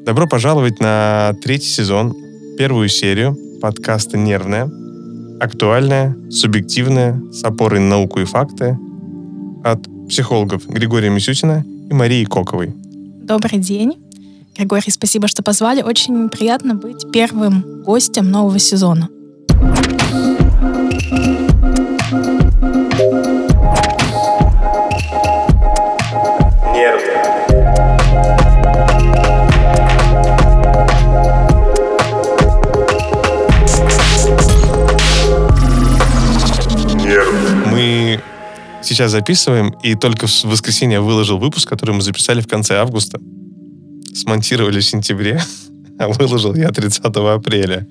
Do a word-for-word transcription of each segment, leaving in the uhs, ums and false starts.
Добро пожаловать на третий сезон, первую серию подкаста «Нервная». Актуальная, субъективная, с опорой на науку и факты от психологов Григория Мисютина и Марии Коковой. Добрый день. Григорий, спасибо, что позвали. Очень приятно быть первым гостем нового сезона. Мы сейчас записываем, и только в воскресенье я выложил выпуск, который мы записали в конце августа. Смонтировали в сентябре, а выложил я тридцатого апреля.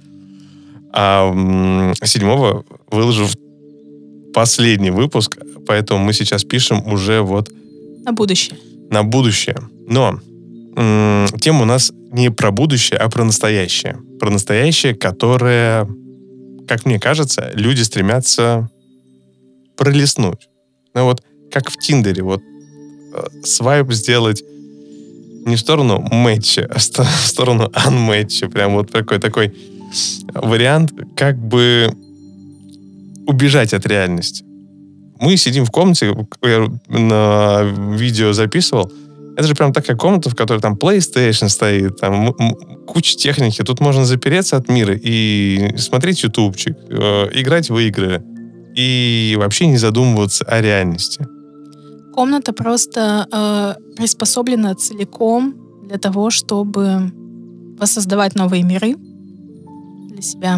А седьмого выложу последний выпуск, поэтому мы сейчас пишем уже вот... На будущее. На будущее. Но м- тема у нас не про будущее, а про настоящее. Про настоящее, которое, как мне кажется, люди стремятся пролистнуть. Ну вот, как в Тиндере, вот свайп сделать не в сторону мэтча, а в сторону анмэтча. Прям вот такой, такой вариант, как бы убежать от реальности. Мы сидим в комнате, я на видео записывал, это же прям такая комната, в которой там PlayStation стоит, там м- м- куча техники, тут можно запереться от мира и смотреть ютубчик, э, играть в игры и вообще не задумываться о реальности. Комната просто э, приспособлена целиком для того, чтобы воссоздавать новые миры для себя.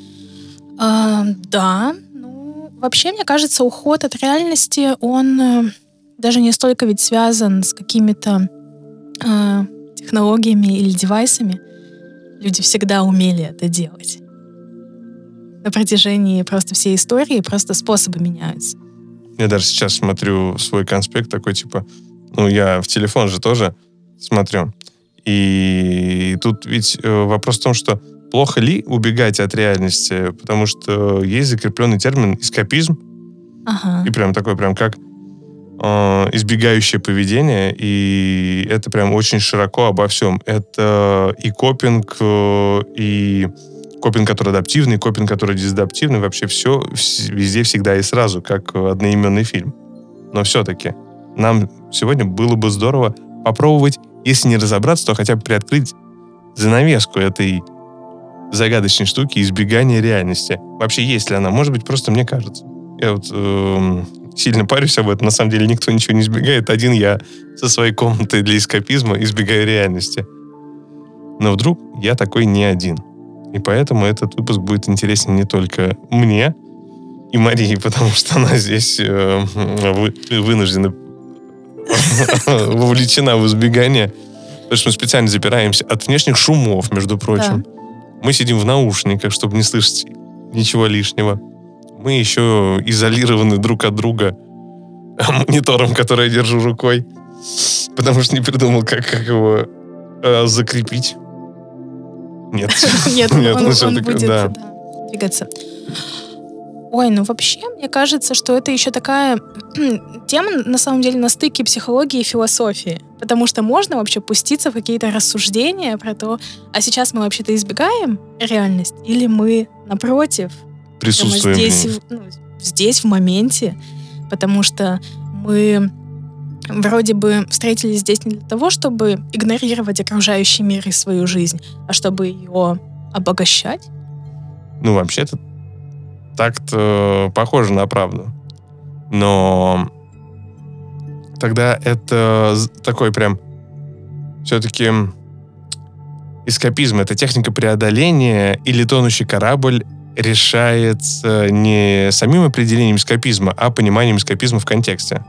Э, да, ну, вообще, мне кажется, уход от реальности, он э, даже не столько ведь связан с какими-то э, технологиями или девайсами. Люди всегда умели это делать. На протяжении просто всей истории просто способы меняются. Я даже сейчас смотрю свой конспект такой, типа, ну, я в телефон же тоже смотрю. И тут ведь э, вопрос в том, что плохо ли убегать от реальности, потому что есть закрепленный термин эскапизм. Ага. И прям такой, прям как э, избегающее поведение, и это прям очень широко обо всем. Это и копинг, э, и копинг, который адаптивный, копинг, который дезадаптивный, вообще все, везде, всегда и сразу, как одноименный фильм. Но все-таки нам сегодня было бы здорово попробовать, если не разобраться, то хотя бы приоткрыть занавеску этой загадочной штуки избегания реальности. Вообще, есть ли она? Может быть, просто мне кажется. Я вот э, сильно парюсь об этом. На самом деле никто ничего не избегает. Один я со своей комнатой для эскапизма избегаю реальности. Но вдруг я такой не один. И поэтому этот выпуск будет интересен не только мне и Марии, потому что она здесь э, вы, вынуждена вовлечена в избегание. Потому что мы специально запираемся от внешних шумов, между прочим. Да. Мы сидим в наушниках, чтобы не слышать ничего лишнего. Мы еще изолированы друг от друга монитором, который я держу рукой. Потому что не придумал, как, как его э, закрепить. Нет. Нет, он, он, он будет да. Да, двигаться. Ой, ну вообще, мне кажется, что это еще такая тема, на самом деле, на стыке психологии и философии. Потому что можно вообще пуститься в какие-то рассуждения про то, а сейчас мы вообще-то избегаем реальность, или мы, напротив, присутствуем здесь, ну, здесь, в моменте, потому что мы вроде бы встретились здесь не для того, чтобы игнорировать окружающий мир и свою жизнь, а чтобы ее обогащать. Ну, вообще-то так-то похоже на правду. Но тогда это такой прям все-таки эскапизм. Это техника преодоления или тонущий корабль решается не самим определением эскапизма, а пониманием эскапизма в контексте.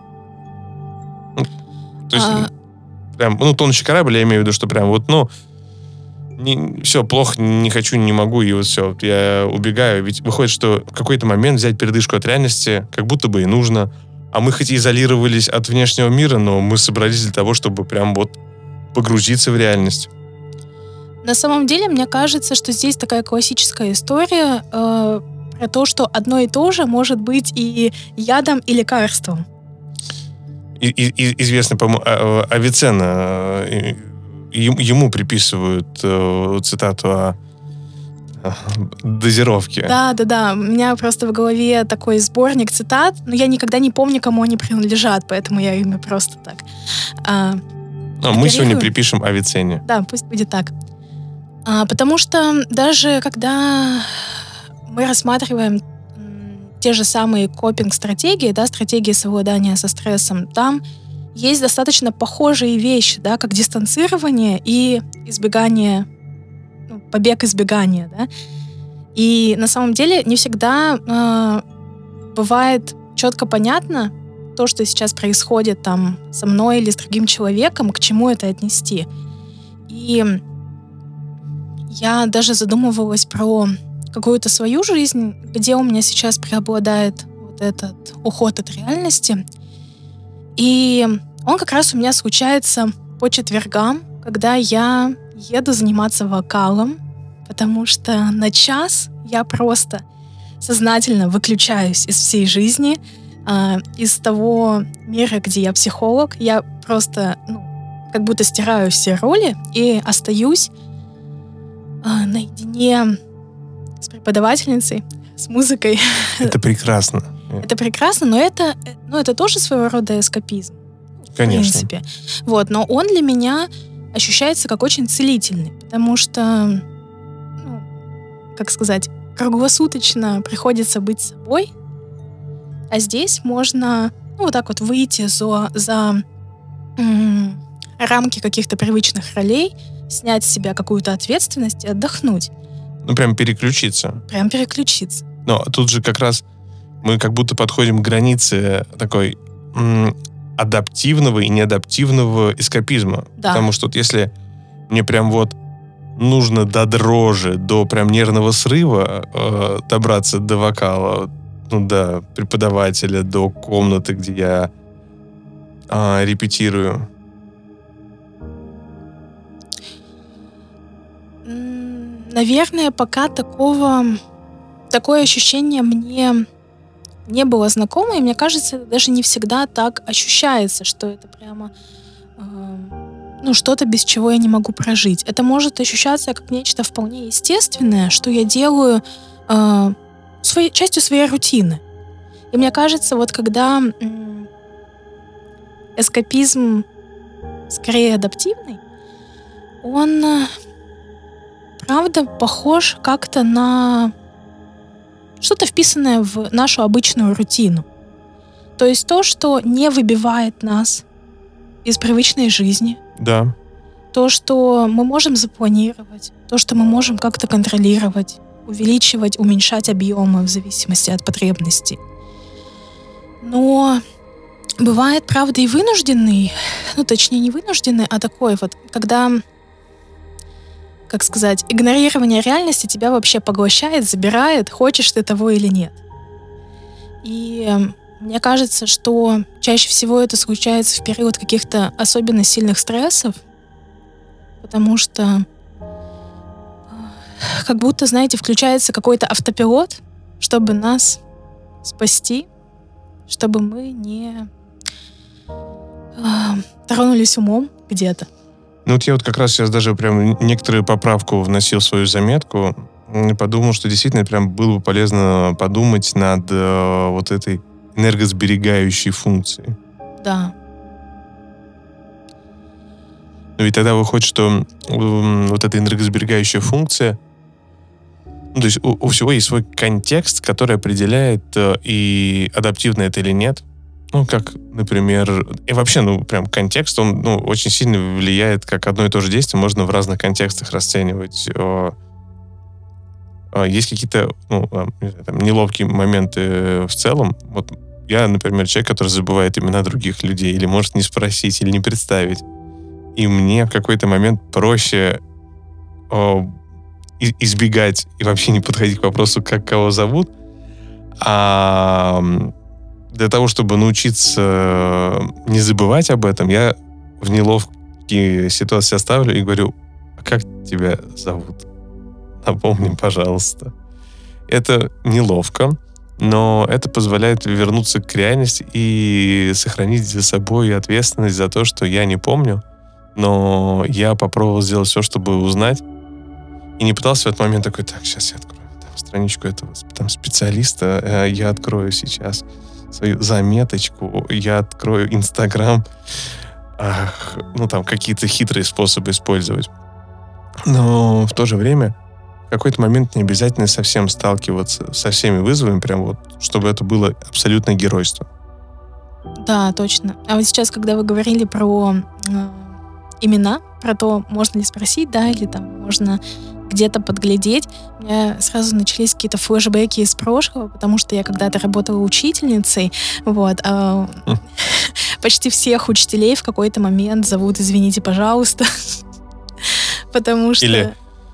То есть, а... прям, ну, тонущий корабль, я имею в виду, что прям вот, ну, не, все, плохо, не хочу, не могу, и вот все, вот я убегаю. Ведь выходит, что в какой-то момент взять передышку от реальности как будто бы и нужно. А мы хоть и изолировались от внешнего мира, но мы собрались для того, чтобы прям вот погрузиться в реальность. На самом деле, мне кажется, что здесь такая классическая история э, про то, что одно и то же может быть и ядом, и лекарством. И, и, известный, по-моему, Авиценна ему приписывают э, цитату о дозировки. Да, да, да. У меня просто в голове такой сборник цитат, но я никогда не помню, кому они принадлежат, поэтому я ими просто так. А, а мы сегодня припишем Авиценне. Да, пусть будет так. А, потому что даже когда мы рассматриваем те же самые копинг-стратегии, да, стратегии совладания со стрессом, там есть достаточно похожие вещи, да, как дистанцирование и избегание, ну, побег избегания, да. И на самом деле не всегда э, бывает четко понятно то, что сейчас происходит там со мной или с другим человеком, к чему это отнести. И я даже задумывалась про какую-то свою жизнь, где у меня сейчас преобладает вот этот уход от реальности. И он как раз у меня случается по четвергам, когда я еду заниматься вокалом, потому что на час я просто сознательно выключаюсь из всей жизни, э, из того мира, где я психолог. Я просто, ну, как будто стираю все роли и остаюсь э, наедине с преподавательницей, с музыкой. Это прекрасно. Это прекрасно, но это, ну, это тоже своего рода эскапизм. Конечно. В принципе. Вот, но он для меня ощущается как очень целительный, потому что, ну, как сказать, круглосуточно приходится быть собой, а здесь можно, ну, вот так вот выйти за, за м- рамки каких-то привычных ролей, снять с себя какую-то ответственность и отдохнуть. Ну, прям переключиться. Прям переключиться. Но тут же как раз мы как будто подходим к границе такой м- адаптивного и неадаптивного эскапизма. Да. Потому что вот если мне прям вот нужно до дрожи, до прям нервного срыва э, добраться до вокала, ну, до преподавателя, до комнаты, где я э, репетирую. Наверное, пока такого такое ощущение мне не было знакомо, и мне кажется, это даже не всегда так ощущается, что это прямо э, ну, что-то, без чего я не могу прожить. Это может ощущаться как нечто вполне естественное, что я делаю э, своей, частью своей рутины. И мне кажется, вот когда э, эскапизм скорее адаптивный, он, э, правда, похож как-то на что-то вписанное в нашу обычную рутину. То есть то, что не выбивает нас из привычной жизни. Да. То, что мы можем запланировать. То, что мы можем как-то контролировать, увеличивать, уменьшать объемы в зависимости от потребностей. Но бывает, правда, и вынужденный, ну, точнее, не вынужденный, а такой вот, когда, как сказать, игнорирование реальности тебя вообще поглощает, забирает, хочешь ты того или нет. И мне кажется, что чаще всего это случается в период каких-то особенно сильных стрессов, потому что как будто, знаете, включается какой-то автопилот, чтобы нас спасти, чтобы мы не э, тронулись умом где-то. Ну вот я вот как раз сейчас даже прям некоторую поправку вносил в свою заметку и подумал, что действительно прям было бы полезно подумать над э, вот этой энергосберегающей функцией. Да. Но ведь тогда выходит, что э, вот эта энергосберегающая функция, ну, то есть у, у всего есть свой контекст, который определяет, э, и адаптивно это или нет. Ну, как, например, и вообще, ну, прям контекст, он, ну, очень сильно влияет, как одно и то же действие можно в разных контекстах расценивать. Есть какие-то, ну, там, неловкие моменты в целом. Вот я, например, человек, который забывает имена других людей, или может не спросить, или не представить. И мне в какой-то момент проще о, избегать и вообще не подходить к вопросу, как кого зовут, а для того, чтобы научиться не забывать об этом, я в неловкие ситуации оставлю и говорю: а как тебя зовут? Напомни, пожалуйста. Это неловко, но это позволяет вернуться к реальности и сохранить за собой ответственность за то, что я не помню, но я попробовал сделать все, чтобы узнать, и не пытался в этот момент такой, так, сейчас я открою там страничку этого там специалиста, э, я открою сейчас свою заметочку, я открою Инстаграм, ах, ну там какие-то хитрые способы использовать. Но в то же время в какой-то момент не обязательно совсем сталкиваться со всеми вызовами, прям вот, чтобы это было абсолютное геройство. Да, точно. А вот сейчас, когда вы говорили про э, имена, про то, можно ли спросить, да, или там можно где-то подглядеть, у меня сразу начались какие-то флешбеки из прошлого, потому что я когда-то работала учительницей, вот, а М. почти всех учителей в какой-то момент зовут «извините, пожалуйста», потому что... Или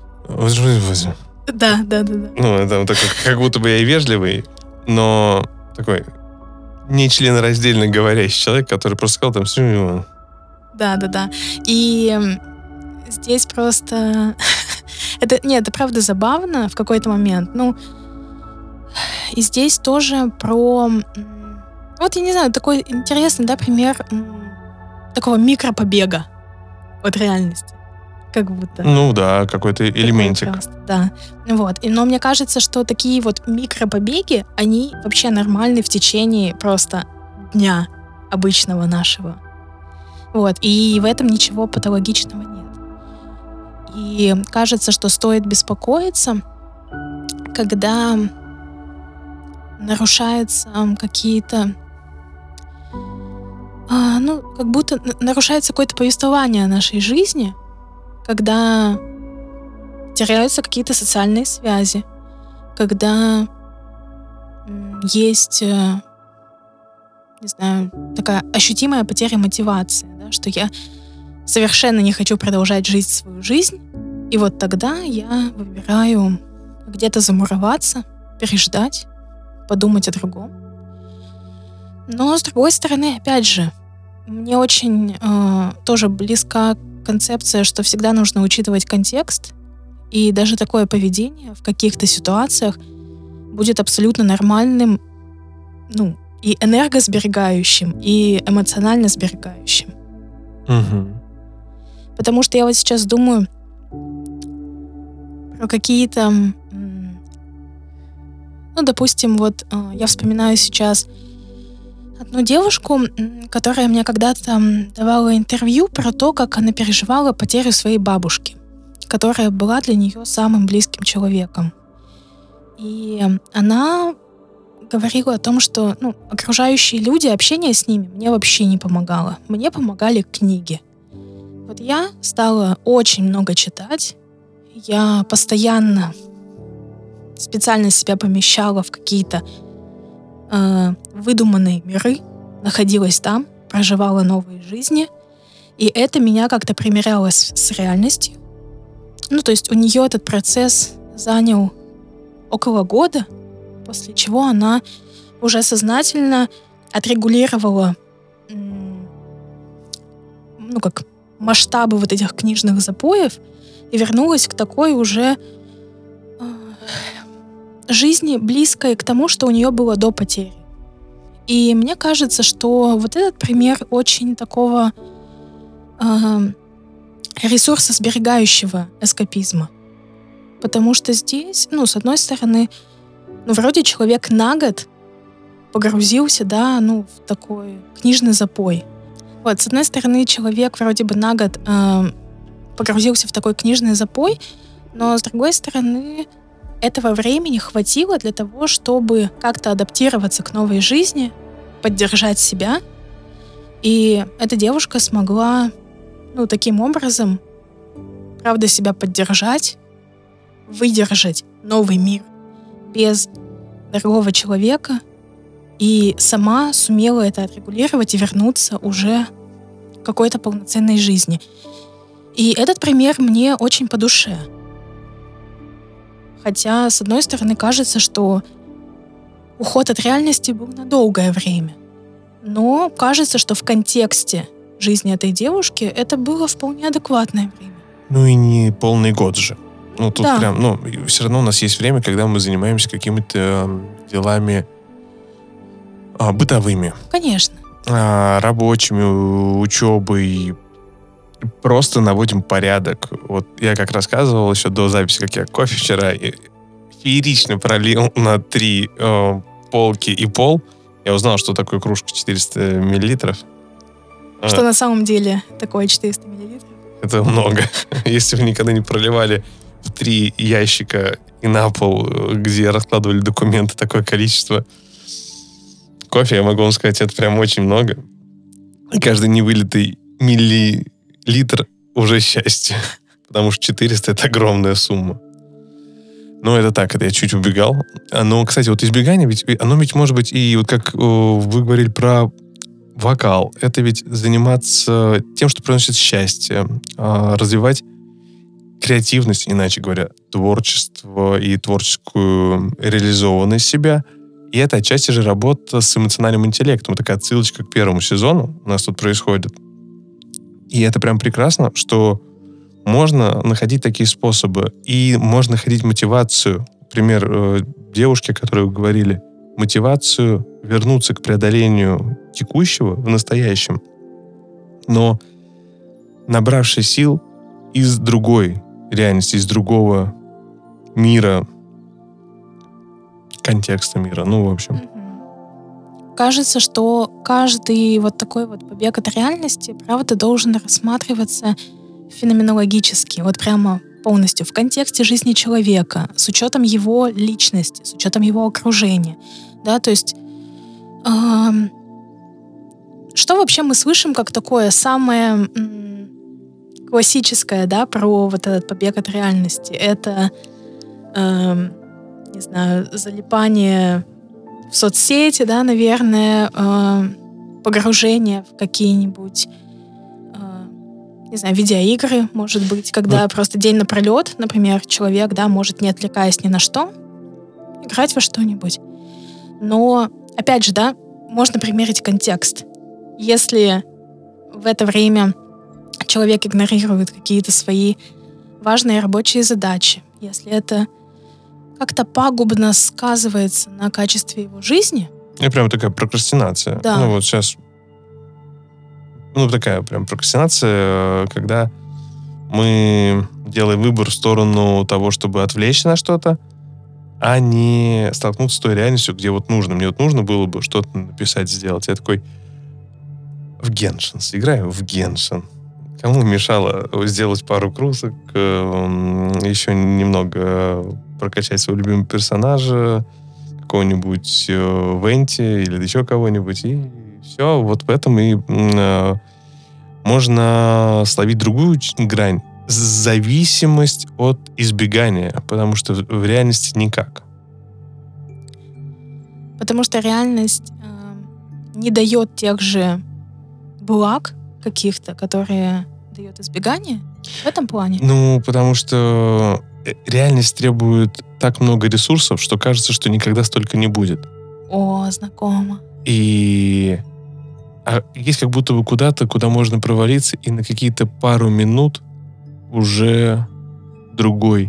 Да, да, да, да. ну, это вот такой, как будто бы я и вежливый, но такой нечленораздельно говорящий человек, который просто сказал там «Сю». Да, да, да. И м, здесь просто... это, нет, это правда забавно в какой-то момент. Ну, и здесь тоже про... м, Вот я не знаю, такой интересный, да, пример м, такого микропобега от реальности. Как будто. Ну да, какой-то Такой элементик. просто, да. Вот. И, но мне кажется, что такие вот микропобеги, они вообще нормальны в течение просто дня обычного нашего. Вот. И в этом ничего патологичного нет. И кажется, что стоит беспокоиться, когда нарушаются какие-то... а, ну, как будто н- нарушается какое-то повествование нашей жизни, когда теряются какие-то социальные связи, когда м, есть, э, не знаю, такая ощутимая потеря мотивации, да, что я совершенно не хочу продолжать жить свою жизнь, и вот тогда я выбираю где-то замуроваться, переждать, подумать о другом. Но, с другой стороны, опять же, мне очень э, тоже близка концепция, что всегда нужно учитывать контекст, и даже такое поведение в каких-то ситуациях будет абсолютно нормальным, ну, и энергосберегающим, и эмоционально сберегающим. Мгм. Потому что я вот сейчас думаю про какие-то, м, ну, допустим, вот э, я вспоминаю сейчас одну девушку, м, которая мне когда-то м, давала интервью про то, как она переживала потерю своей бабушки, которая была для нее самым близким человеком. И она говорила о том, что, ну, окружающие люди, общение с ними мне вообще не помогало. Мне помогали книги. Вот я стала очень много читать. Я постоянно специально себя помещала в какие-то э, выдуманные миры, находилась там, проживала новые жизни. И это меня как-то примеряло с, с реальностью. Ну, то есть у нее этот процесс занял около года, после чего она уже сознательно отрегулировала, м, ну, как масштабы вот этих книжных запоев и вернулась к такой уже э, жизни, близкой к тому, что у нее было до потери. И мне кажется, что вот этот пример очень такого э, ресурсосберегающего эскапизма. Потому что здесь, ну, с одной стороны, ну, вроде человек на год погрузился, да, ну, в такой книжный запой. Вот, с одной стороны, человек вроде бы на год э, погрузился в такой книжный запой, но с другой стороны, этого времени хватило для того, чтобы как-то адаптироваться к новой жизни, поддержать себя. И эта девушка смогла, ну, таким образом, правда, себя поддержать, выдержать новый мир без другого человека, и сама сумела это отрегулировать и вернуться уже к какой-то полноценной жизни. И этот пример мне очень по душе. Хотя, с одной стороны, кажется, что уход от реальности был на долгое время. Но кажется, что в контексте жизни этой девушки это было вполне адекватное время. Ну и не полный год же. Ну, тут Да. прям, ну, все равно у нас есть время, когда мы занимаемся какими-то э, делами а, бытовыми, Конечно. а, рабочими, учебой, просто наводим порядок. Вот я как рассказывал еще до записи, как я кофе вчера феерично пролил на три э, полки и пол. Я узнал, что такое кружка четыреста миллилитров. Что а, на самом деле такое четыреста миллилитров? Это много. Если вы никогда не проливали в три ящика и на пол, где раскладывали документы, такое количество кофе, я могу вам сказать, это прям очень много. И каждый невылитый миллилитр уже счастье. Потому что четыреста — это огромная сумма. Но это так, это я чуть убегал. Но, кстати, вот избегание, ведь оно ведь может быть и вот как вы говорили про вокал, это ведь заниматься тем, что приносит счастье, развивать креативность, иначе говоря, творчество и творческую реализованность себя. И это отчасти же работа с эмоциональным интеллектом. Такая отсылочка к первому сезону у нас тут происходит. И это прям прекрасно, что можно находить такие способы. И можно находить мотивацию. Например, девушки, о которой вы говорили, мотивацию вернуться к преодолению текущего в настоящем, но набравший сил из другой реальности, из другого мира, контекста мира, ну, в общем. Кажется, что каждый вот такой вот побег от реальности, правда, должен рассматриваться феноменологически, вот прямо полностью в контексте жизни человека, с учетом его личности, с учетом его окружения. Да, то есть э, что вообще мы слышим как такое самое м, классическое, да, про вот этот побег от реальности? Это, э, не знаю, залипание в соцсети, да, наверное, э, погружение в какие-нибудь, э, не знаю, видеоигры, может быть, когда вот. Просто день напролет, например, человек, да, может, не отвлекаясь ни на что, играть во что-нибудь. Но, опять же, да, можно примерить контекст. Если в это время человек игнорирует какие-то свои важные рабочие задачи, если это как-то пагубно сказывается на качестве его жизни. И прям такая прокрастинация. Да. Ну вот сейчас, ну такая прям прокрастинация, когда мы делаем выбор в сторону того, чтобы отвлечься на что-то, а не столкнуться с той реальностью, где вот нужно. Мне вот нужно было бы что-то написать, сделать. Я такой в Геншин сыграю, в Геншин. Кому мешало сделать пару кружек, еще немного прокачать своего любимого персонажа, какого-нибудь Венти или еще кого-нибудь. И все, вот в этом и можно словить другую грань. Зависимость от избегания, потому что в реальности никак. Потому что реальность э, не дает тех же благ каких-то, которые дает избегание в этом плане? Ну, потому что реальность требует так много ресурсов, что кажется, что никогда столько не будет. О, знакомо. И а есть как будто бы куда-то, куда можно провалиться, и на какие-то пару минут уже другой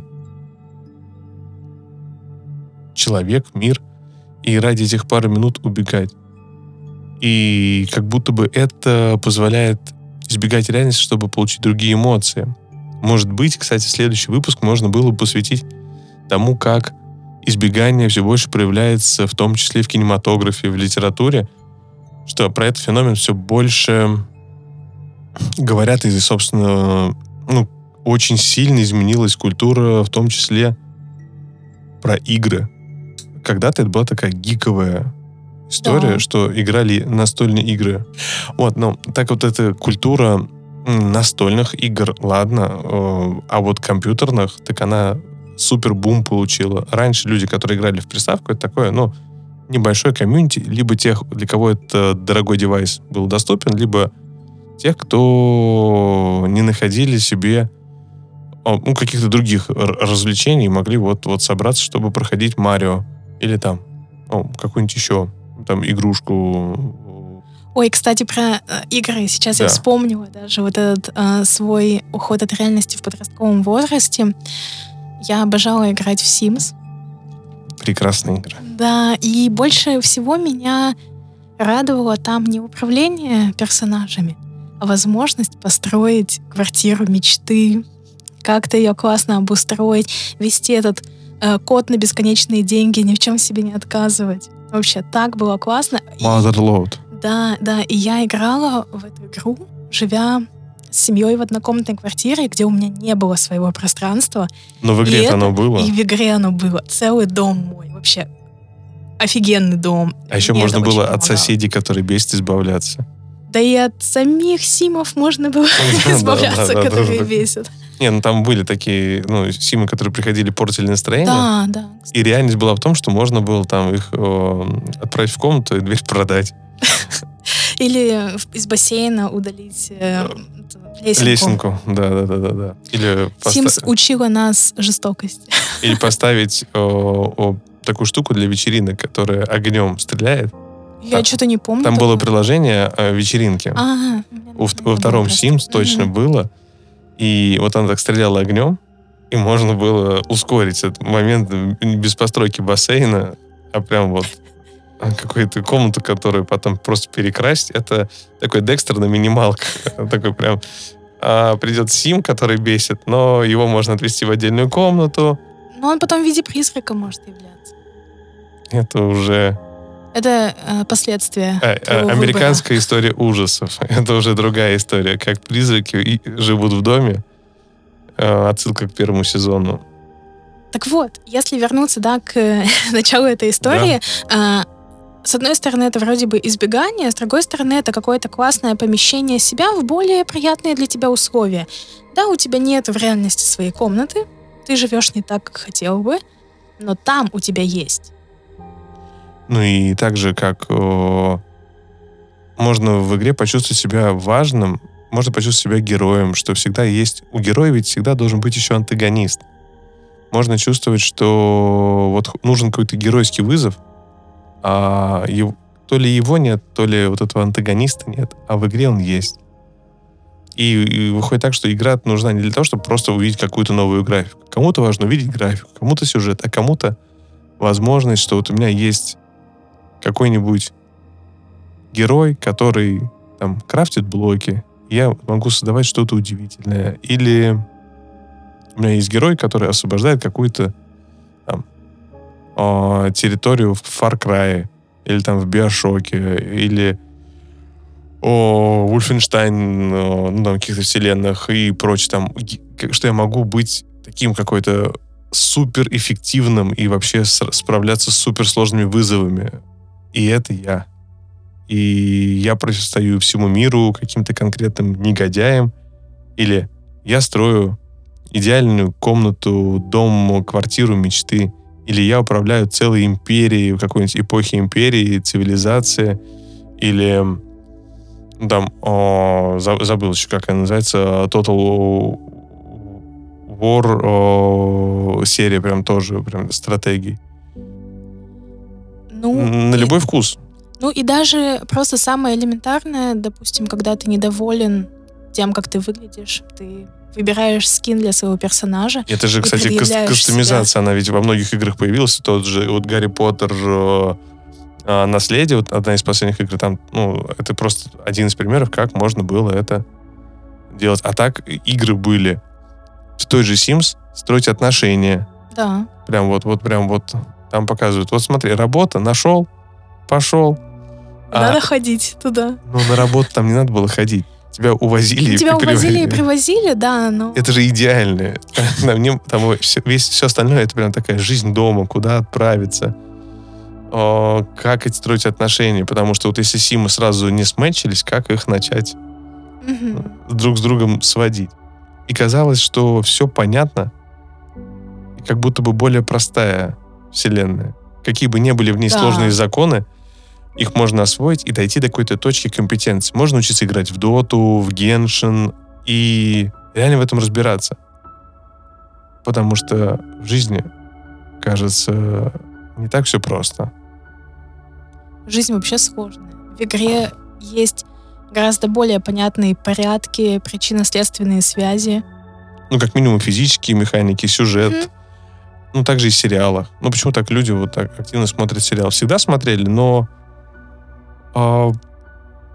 человек, мир, и ради этих пары минут убегать. И как будто бы это позволяет избегать реальности, чтобы получить другие эмоции. Может быть, кстати, следующий выпуск можно было бы посвятить тому, как избегание все больше проявляется, в том числе в кинематографе, в литературе, что про этот феномен все больше говорят, и, собственно, ну, очень сильно изменилась культура, в том числе про игры. Когда-то это была такая гиковая история, да. Что играли настольные игры. Вот, ну, так вот эта культура настольных игр, ладно, а вот компьютерных, так она супер бум получила. Раньше люди, которые играли в приставку, это такое, ну, небольшое комьюнити, либо тех, для кого это дорогой девайс был доступен, либо тех, кто не находили себе ну, каких-то других развлечений, могли вот, вот собраться, чтобы проходить Марио или там ну, какую-нибудь еще там игрушку. Ой, кстати, про э, игры. Сейчас да. Я вспомнила даже вот этот э, свой уход от реальности в подростковом возрасте. Я обожала играть в Sims. Прекрасная игра. Да, и больше всего меня радовало там не управление персонажами, возможность построить квартиру мечты, как-то ее классно обустроить, вести этот э, код на бесконечные деньги, ни в чем себе не отказывать. Вообще, так было классно. Motherload. Да, да, и я играла в эту игру, живя с семьей в однокомнатной квартире, где у меня не было своего пространства. Но в игре оно было. И в игре оно было. Целый дом мой. Вообще офигенный дом. А еще Мне можно это было очень от помогало. соседей, которые бесят, избавляться. Да и от самих симов можно было избавляться, которые бесят. Не, ну там были такие, ну, симы, которые приходили, портили настроение. Да, да. И реальность была в том, что можно было там их э, отправить в комнату и дверь продать. Или из бассейна удалить э, лесенку. Лесенку, да-да-да. Или Sims учила нас жестокости. Или поставить о, о, такую штуку для вечеринок, которая огнем стреляет. Я там, что-то не помню. Там такое. было приложение э, вечеринки. А, У, во втором Sims точно mm-hmm. было. И вот она так стреляла огнем, и можно было ускорить этот момент без постройки бассейна, а прям вот какую-то комнату, которую потом просто перекрасить. Это такой Декстер на минималках. Такой прям а, придет Сим, который бесит, но его можно отвезти в отдельную комнату. Но он потом в виде призрака может являться. Это уже... Это э, последствия а, а, Американская выбора. История ужасов. Это уже другая история. Как призраки и живут в доме. Э, отсылка к первому сезону. Так вот, если вернуться, да, к началу этой истории... Да. Э, С одной стороны, это вроде бы избегание, с другой стороны, это какое-то классное помещение себя в более приятные для тебя условия. Да, у тебя нет в реальности своей комнаты, ты живешь не так, как хотел бы, но там у тебя есть. Ну и так же, как о, можно в игре почувствовать себя важным, можно почувствовать себя героем, что всегда есть... У героя ведь всегда должен быть еще антагонист. Можно чувствовать, что вот нужен какой-то геройский вызов, а его, то ли его нет, то ли вот этого антагониста нет, а в игре он есть. И, и выходит так, что игра нужна не для того, чтобы просто увидеть какую-то новую графику. Кому-то важно увидеть графику, кому-то сюжет, а кому-то возможность, что вот у меня есть какой-нибудь герой, который там крафтит блоки, и я могу создавать что-то удивительное. Или у меня есть герой, который освобождает какую-то там территорию в Far Cry, или там в Биошоке, или о Wolfenstein, ну, там, каких-то вселенных и прочее, там, что я могу быть таким какой-то суперэффективным и вообще справляться с суперсложными вызовами. И это я. И я противостою всему миру, каким-то конкретным негодяям, или я строю идеальную комнату, дом, квартиру мечты, или я управляю целой империей, какой-нибудь эпохи империи, цивилизации, или там, о, забыл еще, как она называется, Total War о, серия, прям тоже, прям стратегий. Ну, На и, любой вкус. Ну и даже просто самое элементарное, допустим, когда ты недоволен тем, как ты выглядишь, ты выбираешь скин для своего персонажа. Это же, кстати, кастомизация, себя. Она ведь во многих играх появилась. Тот же вот Гарри Поттер э, «Наследие», вот одна из последних игр, там, ну, это просто один из примеров, как можно было это делать. А так игры были в той же Sims строить отношения. Да. Прям вот, вот, прям вот там показывают. Вот смотри, работа, нашел, пошел. Надо а, ходить туда. Ну, на работу там не надо было ходить. Тебя увозили Тебя и увозили привозили. и привозили, да, но... Это же идеально. Там, там все, весь, все остальное, это прям такая жизнь дома, куда отправиться, о, как строить отношения. Потому что вот если симы сразу не сметчились, как их начать угу. друг с другом сводить? И казалось, что все понятно, и как будто бы более простая вселенная. Какие бы ни были в ней да. сложные законы, их можно освоить и дойти до какой-то точки компетенции. Можно учиться играть в доту, в Геншин и реально в этом разбираться. Потому что в жизни, кажется, не так все просто. Жизнь вообще сложная. В игре есть гораздо более понятные порядки, причинно-следственные связи. Ну, как минимум физические механики, сюжет. Mm-hmm. Ну, также и в сериалах. Ну, почему так люди вот так активно смотрят сериал? Всегда смотрели, но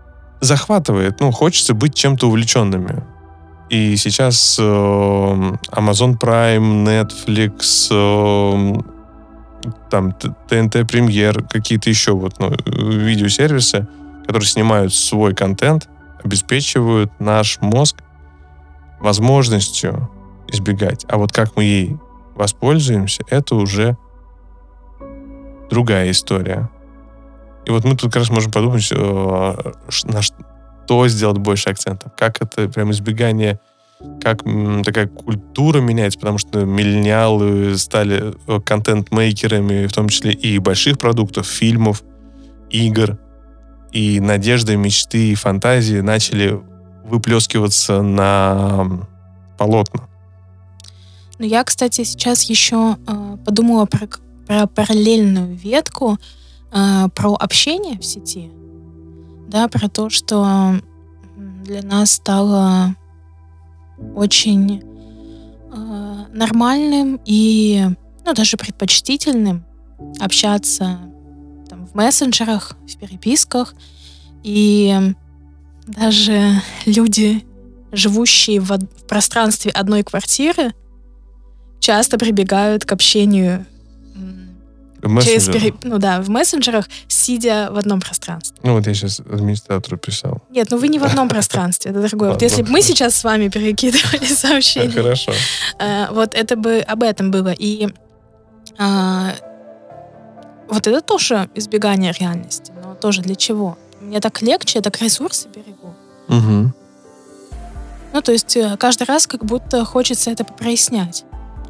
захватывает. Ну, хочется быть чем-то увлеченными. И сейчас э, Amazon Prime, Netflix, э, там тэ эн тэ Премьер, какие-то еще вот, ну, видеосервисы, которые снимают свой контент, обеспечивают наш мозг возможностью избегать. А вот как мы ей воспользуемся, это уже другая история. И вот мы тут как раз можем подумать, э, на что сделать больше акцентов. Как это прям избегание, как м, такая культура меняется, потому что миллениалы стали э, контент-мейкерами, в том числе и больших продуктов, фильмов, игр. И надежды, мечты и фантазии начали выплескиваться на полотна. Ну, я, кстати, сейчас еще э, подумала про, про параллельную ветку, э, про общение в сети, да, про то, что для нас стало очень э, нормальным и, ну, даже предпочтительным общаться там, в мессенджерах, в переписках, и даже люди, живущие в, од- в пространстве одной квартиры, часто прибегают к общению м, через пере- ну да, в мессенджерах, сидя в одном пространстве. Ну вот я сейчас администратору писал. Нет, ну вы не в одном пространстве, это другое. Вот Ладно. если бы мы сейчас с вами перекидывали сообщения, Хорошо. э, вот это бы об этом было. И а, вот это тоже избегание реальности, но тоже для чего? Мне так легче, я так ресурсы берегу. Угу. Ну, то есть э, каждый раз как будто хочется это прояснять.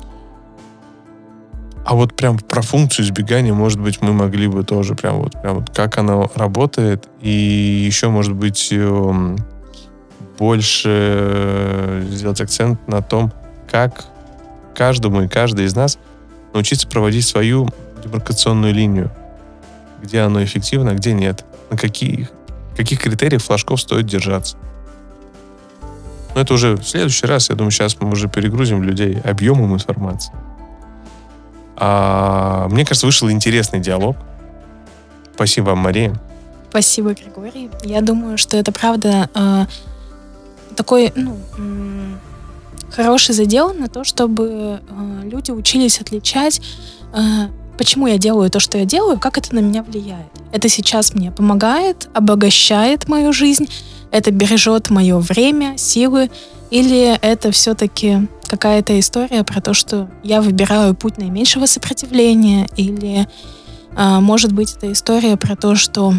А вот прям про функцию избегания, может быть, мы могли бы тоже прям вот, прям вот как оно работает, и еще, может быть, эм, больше сделать акцент на том, как каждому и каждой из нас научиться проводить свою демаркационную линию. Где оно эффективно, а где нет. На каких, каких критериях флажков стоит держаться. Но это уже в следующий раз. Я думаю, сейчас мы уже перегрузим людей объемом информации. А, мне кажется, вышел интересный диалог. Спасибо вам, Мария. Спасибо, Григорий. Я думаю, что это правда э, такой, ну, м, хороший задел на то, чтобы э, люди учились отличать, э, почему я делаю то, что я делаю, как это на меня влияет. Это сейчас мне помогает, обогащает мою жизнь, это бережет мое время, силы, или это все-таки какая-то история про то, что я выбираю путь наименьшего сопротивления, или, а, может быть, это история про то, что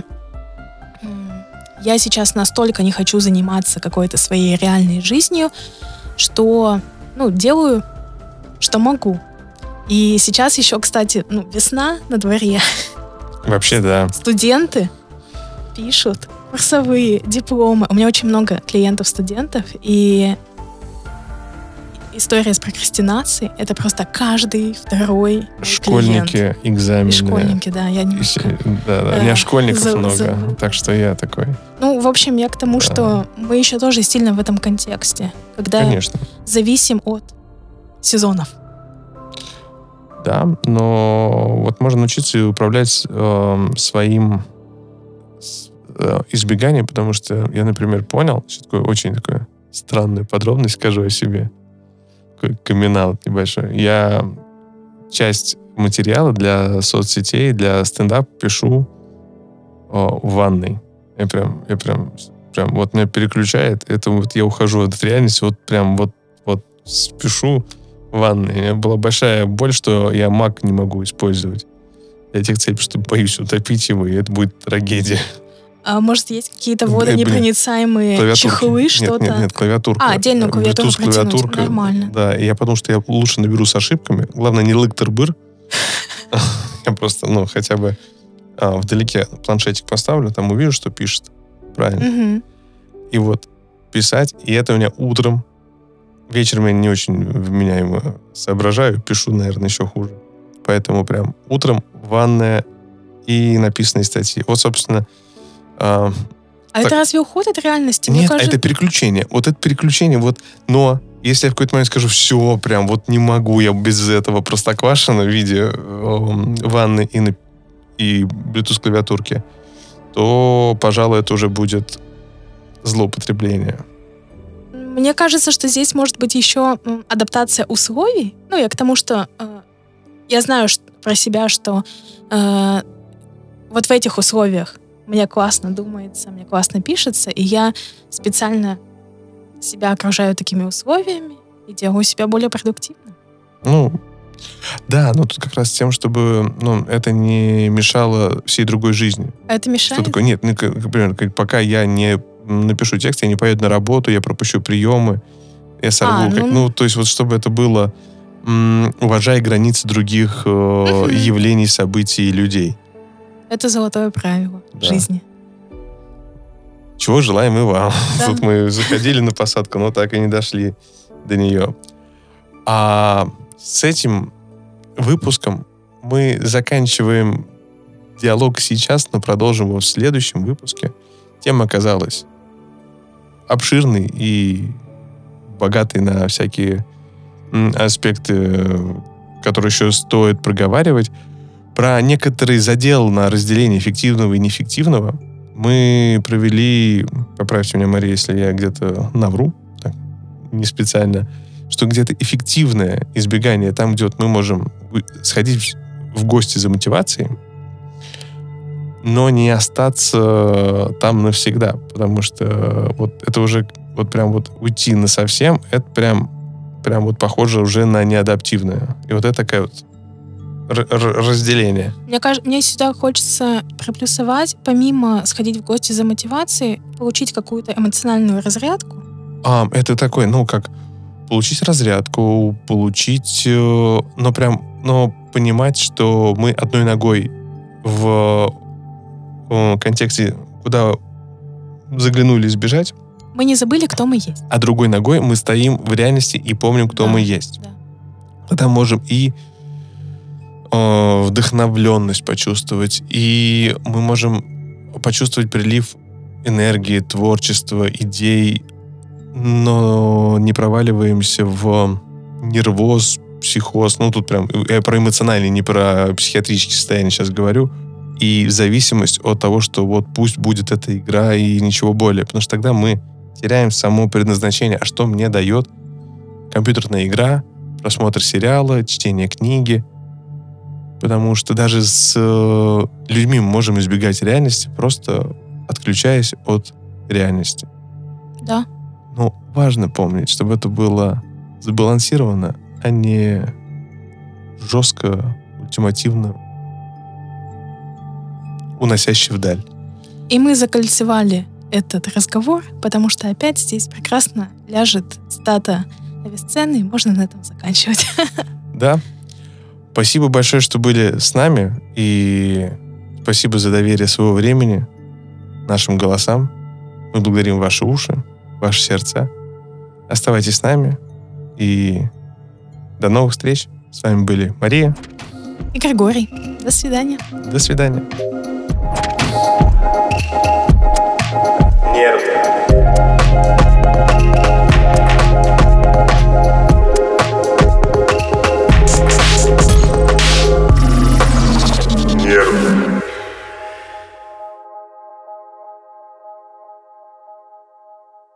м, я сейчас настолько не хочу заниматься какой-то своей реальной жизнью, что, ну, делаю, что могу. И сейчас еще, кстати, ну, весна на дворе. Вообще, да. Студенты пишут курсовые, дипломы. У меня очень много клиентов-студентов, и история с прокрастинацией — это просто каждый второй Школьники, клиент. экзамены. И школьники, да, я не И се- Да, да. У меня школьников за- много, за- так что я такой. Ну, в общем, я к тому, Да. что мы еще тоже сильно в этом контексте, когда Конечно. зависим от сезонов. Да, но вот можно научиться управлять э, своим с- э, избеганием, потому что я, например, понял, сейчас такую очень такую странную подробность скажу о себе. Такой камин-аут небольшой. Я часть материала для соцсетей, для стендап пишу э, в ванной. Я прям, я прям, прям вот меня переключает. Это вот я ухожу от реальности, вот прям вот, вот пишу в ванной. У меня была большая боль, что я Mac не могу использовать для этих целей, потому что боюсь утопить его, и это будет трагедия. А может, есть какие-то Блин, водонепроницаемые Клавиатурки. чехлы, Нет, что-то? Нет, нет, клавиатурка. А, отдельную клавиатуру Bluetooth протянуть. клавиатурка. Нормально. Да, и я подумал, что я лучше наберу с ошибками. Главное, не лыктер-быр. Я просто, ну, хотя бы а, вдалеке планшетик поставлю, там увижу, что пишет. Правильно. Мгм. И вот писать, и это у меня утром. Вечером я не очень вменяемо соображаю, пишу, наверное, еще хуже. Поэтому прям утром ванная и написанные статьи. Вот, собственно... а, А Так. это разве уход от реальности? Мне Нет, кажется, это переключение. Вот это переключение, вот, но если я в какой-то момент скажу, все, прям вот не могу я без этого простоквашино в виде э, ванны и, на- и Bluetooth клавиатурки, то, пожалуй, это уже будет злоупотребления? Мне кажется, что здесь может быть еще адаптация условий. Ну, я к тому, что э, я знаю что, про себя, что э, вот в этих условиях мне классно думается, мне классно пишется, и я специально себя окружаю такими условиями и делаю себя более продуктивным. Ну, да, но тут как раз тем, чтобы ну, это не мешало всей другой жизни. А это мешает? Что такое? Нет, ну, как, например, как, пока я не напишу текст, я не поеду на работу, я пропущу приемы, я сорву. А, как, ну... ну, то есть вот чтобы это было, м, уважая границы других э, угу. явлений, событий и людей. Это золотое правило Да. жизни. Чего желаем и вам. Да. Тут мы заходили на посадку, но так и не дошли до нее. А с этим выпуском мы заканчиваем диалог сейчас, но продолжим его в следующем выпуске. Тема оказалась обширной и богатой на всякие аспекты, которые еще стоит проговаривать. Про некоторый задел на разделение эффективного и неэффективного мы провели, поправьте меня, Мария, если я где-то навру, так, не специально, что где-то эффективное избегание там, где вот мы можем сходить в гости за мотивацией, но не остаться там навсегда, потому что вот это уже вот прям вот уйти насовсем, это прям, прям вот похоже уже на неадаптивное. И вот это такая вот р- р- разделение. Мне кажется, мне сюда хочется проплюсовать, помимо сходить в гости за мотивацией, получить какую-то эмоциональную разрядку. А, это такой, ну, как получить разрядку, получить, но прям, но понимать, что мы одной ногой в, в контексте, куда заглянули избежать, мы не забыли, кто мы есть. А другой ногой мы стоим в реальности и помним, кто да, мы есть. Да. Тогда можем и э, вдохновленность почувствовать, и мы можем почувствовать прилив энергии, творчества, идей, но не проваливаемся в нервоз, психоз. Ну, тут прям я про эмоциональный, не про психиатрические состояния сейчас говорю. И зависимость от того, что вот пусть будет эта игра и ничего более. Потому что тогда мы теряем само предназначение. А что мне дает компьютерная игра, просмотр сериала, чтение книги? Потому что даже с людьми мы можем избегать реальности, просто отключаясь от реальности. Да. Но важно помнить, чтобы это было сбалансировано, а не жестко, ультимативно, уносящий вдаль. И мы закольцевали этот разговор, потому что опять здесь прекрасно ляжет цитата Авиценны, и можно на этом заканчивать. Да. Спасибо большое, что были с нами, и спасибо за доверие своего времени нашим голосам. Мы благодарим ваши уши, ваши сердца. Оставайтесь с нами, и до новых встреч. С вами были Мария и Григорий. До свидания. До свидания. Нервы.